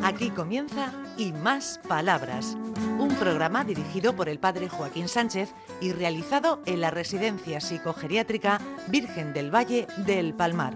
Aquí comienza Y Más Palabras, un programa dirigido por el padre Joaquín Sánchez y realizado en la Residencia Psicogeriátrica Virgen del Valle del Palmar.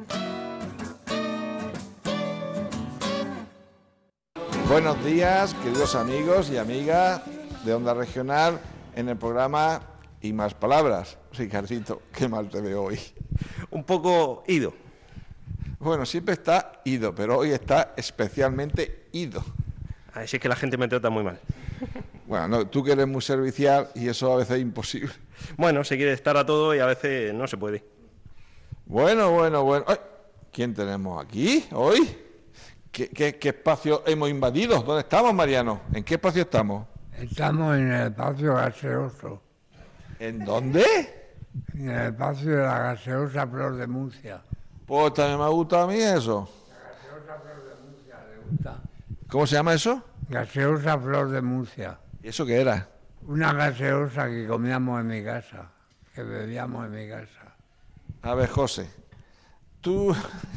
Buenos días, queridos amigos y amigas de Onda Regional, en el programa Y Más Palabras. Ricardito, qué mal te veo hoy. Un poco ido. Bueno, siempre está ido, pero hoy está especialmente ido. Así es que la gente me trata muy mal. Bueno, no, tú que eres muy servicial y eso a veces es imposible. Bueno, se quiere estar a todo y a veces no se puede. Bueno. ¡Ay! ¿Quién tenemos aquí hoy? ¿Qué espacio hemos invadido? ¿Dónde estamos, Mariano? ¿En qué espacio estamos? Estamos en el espacio gaseoso. ¿En dónde? En el espacio de la gaseosa Flor de Murcia. Pues también me ha gustado a mí eso. La gaseosa Flor de Murcia, ¿le gusta? ¿Cómo se llama eso? Gaseosa Flor de Murcia. ¿Y eso qué era? Una gaseosa que comíamos en mi casa, que bebíamos en mi casa. A ver, José, ¿tú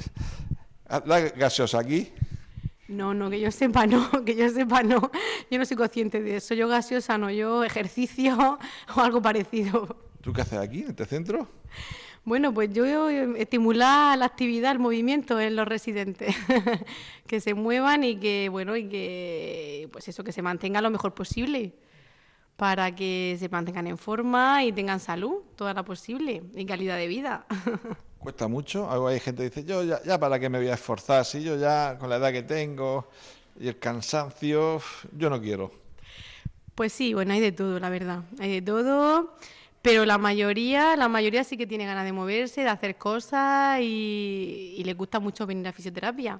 la gaseosa aquí? No, que yo sepa no. Yo no soy consciente de eso. Yo gaseosa no, yo ejercicio o algo parecido. ¿Tú qué haces aquí, en este centro? Bueno, pues yo estimular la actividad, el movimiento en los residentes, que se muevan y que, pues eso, que se mantenga lo mejor posible, para que se mantengan en forma y tengan salud, toda la posible, y calidad de vida. ¿Cuesta mucho? Algo hay gente que dice, yo ya para qué me voy a esforzar, si yo ya con la edad que tengo y el cansancio, yo no quiero. Pues sí, bueno, hay de todo, la verdad, hay de todo. Pero la mayoría sí que tiene ganas de moverse, de hacer cosas y les gusta mucho venir a fisioterapia.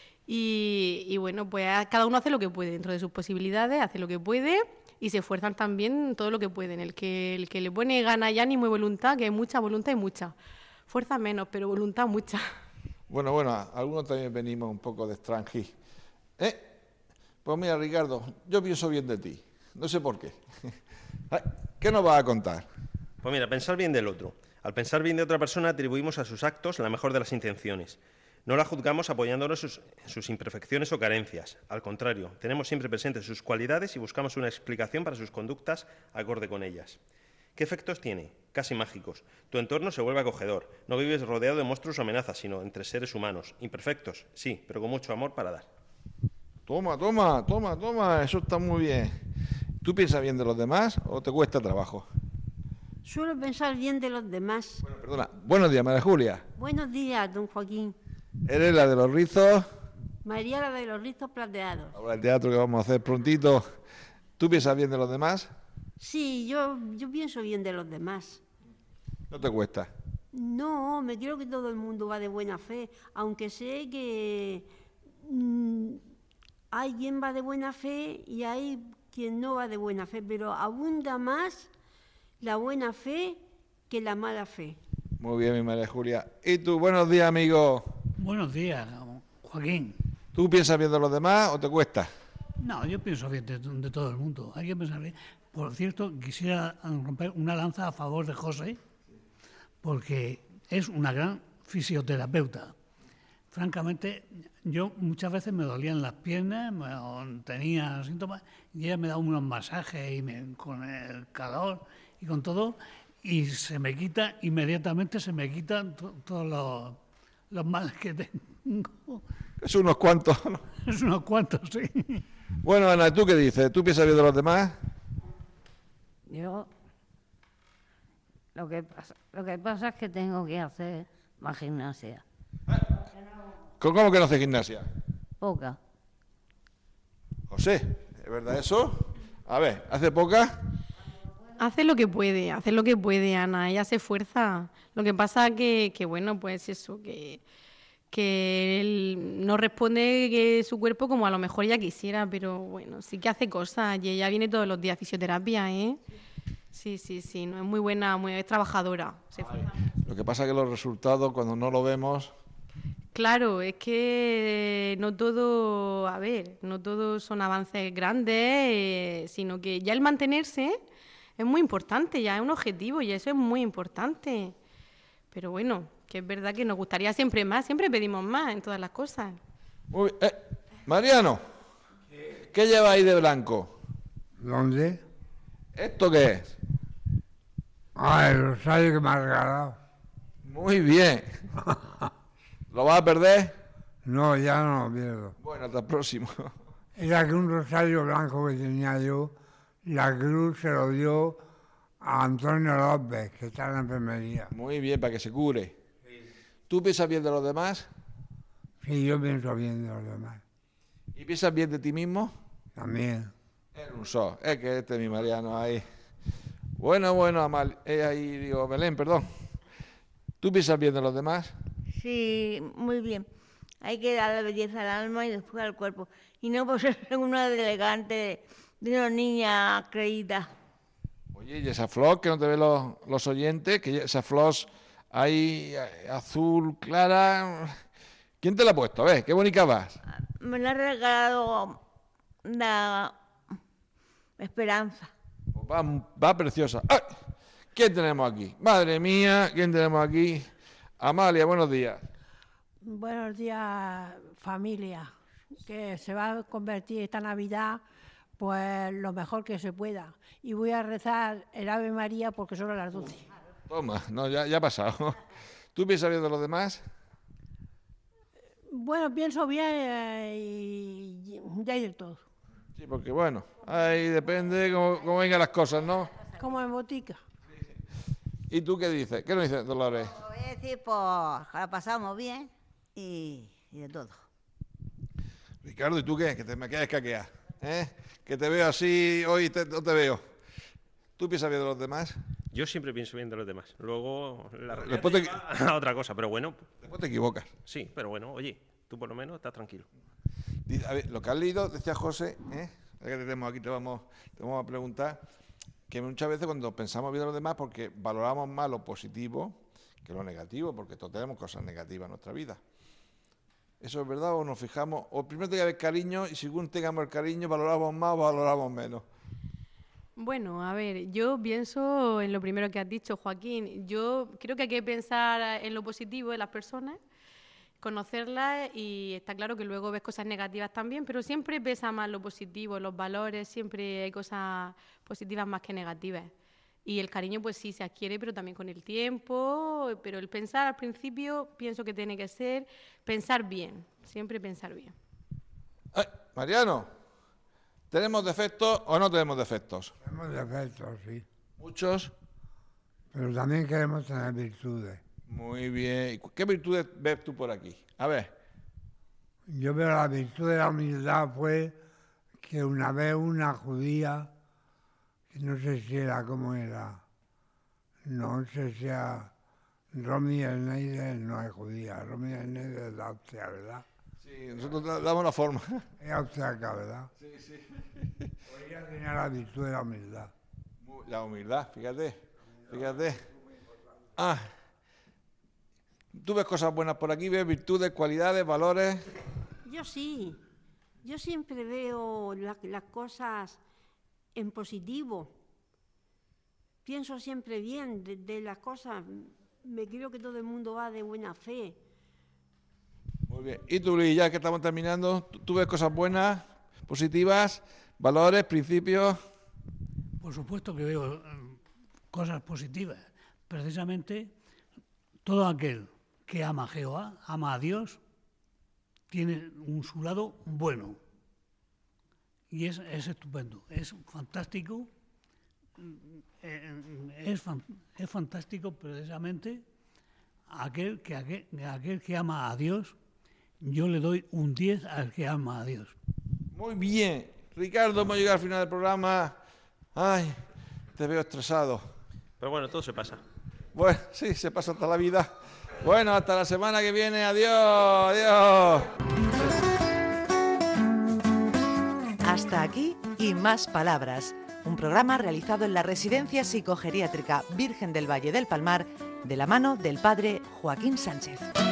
Y bueno, pues cada uno hace lo que puede dentro de sus posibilidades, hace lo que puede y se esfuerzan también todo lo que pueden. El que le pone ganas y ánimo y voluntad, que hay mucha voluntad y mucha. Fuerza menos, pero voluntad mucha. Bueno, algunos también venimos un poco de extranjero. Pues mira, Ricardo, yo pienso bien de ti, no sé por qué. ¿Qué nos vas a contar? Pues mira, pensar bien del otro. Al pensar bien de otra persona atribuimos a sus actos la mejor de las intenciones. No la juzgamos apoyándonos en sus imperfecciones o carencias. Al contrario, tenemos siempre presentes sus cualidades y buscamos una explicación para sus conductas acorde con ellas. ¿Qué efectos tiene? Casi mágicos. Tu entorno se vuelve acogedor. No vives rodeado de monstruos o amenazas, sino entre seres humanos. Imperfectos, sí, pero con mucho amor para dar. Toma, eso está muy bien. ¿Tú piensas bien de los demás o te cuesta trabajo? Suelo pensar bien de los demás. Bueno, perdona. Buenos días, María Julia. Buenos días, don Joaquín. ¿Eres la de los rizos? María, la de los rizos plateados. Ahora el teatro que vamos a hacer prontito. ¿Tú piensas bien de los demás? Sí, yo pienso bien de los demás. ¿No te cuesta? No, me creo que todo el mundo va de buena fe, aunque sé que hay quien va de buena fe y hay quien no va de buena fe, pero abunda más la buena fe que la mala fe. Muy bien, mi María Julia. ¿Y tú? Buenos días, amigo. Buenos días, Joaquín. ¿Tú piensas bien de los demás o te cuesta? No, yo pienso bien de todo el mundo. Hay que pensar bien. Por cierto, quisiera romper una lanza a favor de José, porque es una gran fisioterapeuta. Francamente, yo muchas veces me dolían las piernas, tenía síntomas, y ella me daba unos masajes y con el calor y con todo, y se me quita, inmediatamente se me quitan todos los males que tengo. Es unos cuantos, ¿no? Es unos cuantos, sí. Bueno, Ana, ¿tú qué dices? ¿Tú piensas bien de los demás? Yo, lo que pasa es que tengo que hacer más gimnasia. ¿Cómo que no hace gimnasia? Poca. José, ¿es verdad eso? A ver, ¿hace poca? Hace lo que puede, Ana, ella se esfuerza. Lo que pasa que bueno, pues eso, que él no responde que su cuerpo como a lo mejor ella quisiera, pero bueno, sí que hace cosas y ella viene todos los días a fisioterapia, ¿eh? Sí, no, es muy buena, es trabajadora. Lo que pasa es que los resultados, cuando no lo vemos... Claro, es que no todo son avances grandes, sino que ya el mantenerse es muy importante, ya es un objetivo y eso es muy importante. Pero bueno, que es verdad que nos gustaría siempre más, siempre pedimos más en todas las cosas. Mariano, ¿qué lleva ahí de blanco? ¿Dónde? ¿Esto qué es? Ah, el rosario que me ha regalado. Muy bien. ¿Lo vas a perder? No, ya no lo pierdo. Bueno, hasta el próximo. Era que un rosario blanco que tenía yo, la cruz se lo dio a Antonio López, que está en la enfermería. Muy bien, para que se cure. ¿Tú piensas bien de los demás? Sí, yo pienso bien de los demás. ¿Y piensas bien de ti mismo? También. Es un so. Es que este es mi Mariano ahí. Bueno, Amal. Ahí digo, Belén, perdón. ¿Tú piensas bien de los demás? Sí, muy bien. Hay que dar la belleza al alma y después al cuerpo. Y no por ser una de elegante de una niña creída. Oye, y esa flor que no te ven los oyentes, que esa flor ahí azul clara, ¿quién te la ha puesto? A ver, qué bonita vas. Me la ha regalado la Esperanza. Pues va preciosa. ¡Ay! ¿Quién tenemos aquí? Madre mía, ¿quién tenemos aquí? Amalia, buenos días. Buenos días, familia, que se va a convertir esta Navidad pues lo mejor que se pueda. Y voy a rezar el Ave María porque son las 12. Toma, no, ya ha pasado. ¿Tú piensas bien de los demás? Bueno, pienso bien y ya hay de todo. Sí, porque bueno, ahí depende cómo vengan las cosas, ¿no? Como en botica. ¿Y tú qué dices? ¿Qué nos dices, Dolores? Voy a decir, pues, que la pasamos bien y de todo. Ricardo, ¿y tú qué? Que te me quedas caquear, ¿eh? Que te veo así, hoy no te veo. ¿Tú piensas bien de los demás? Yo siempre pienso bien de los demás. Luego la realidad Después te lleva a otra cosa, pero bueno. Después te equivocas. Sí, pero bueno, oye, tú por lo menos estás tranquilo. A ver, lo que has leído, decía José, que te tenemos aquí, te vamos a preguntar, que muchas veces cuando pensamos bien de los demás, porque valoramos más lo positivo que lo negativo, porque todos tenemos cosas negativas en nuestra vida. ¿Eso es verdad o nos fijamos? O primero tiene que haber cariño y según tengamos el cariño, valoramos más o valoramos menos. Bueno, a ver, yo pienso en lo primero que has dicho, Joaquín. Yo creo que hay que pensar en lo positivo de las personas, conocerlas, y está claro que luego ves cosas negativas también, pero siempre pesa más lo positivo, los valores, siempre hay cosas positivas más que negativas. Y el cariño pues sí se adquiere, pero también con el tiempo, pero el pensar al principio pienso que tiene que ser pensar bien, siempre pensar bien. Ay, Mariano, ¿tenemos defectos o no tenemos defectos? Tenemos defectos, sí. ¿Muchos? Pero también queremos tener virtudes. Muy bien. ¿Qué virtudes ves tú por aquí? A ver. Yo veo la virtud de la humildad fue que una vez una judía, que no sé si era como era, no sé si era Romy Schneider, no es judía, Romy Schneider es de Austria, ¿verdad? Sí, nosotros damos la forma. Es austriaca, ¿verdad? Sí, sí. Pues ella tenía la virtud de la humildad. La humildad, fíjate. Ah, ¿tú ves cosas buenas por aquí? ¿Ves virtudes, cualidades, valores? Yo sí. Yo siempre veo las cosas en positivo. Pienso siempre bien de las cosas. Me creo que todo el mundo va de buena fe. Muy bien. Y tú, Luis, ya que estamos terminando, ¿tú ves cosas buenas, positivas, valores, principios? Por supuesto que veo cosas positivas. Precisamente todo aquel que ama a Jehová, ama a Dios, tiene su lado bueno. Y es estupendo, es fantástico. Es fantástico precisamente aquel que ama a Dios. Yo le doy un 10 al que ama a Dios. Muy bien. Ricardo, hemos llegado al final del programa. Ay, te veo estresado. Pero bueno, todo se pasa. Bueno, sí, se pasa toda la vida. Bueno, hasta la semana que viene. Adiós, adiós. Hasta aquí y más palabras. Un programa realizado en la Residencia Psicogeriátrica Virgen del Valle del Palmar de la mano del padre Joaquín Sánchez.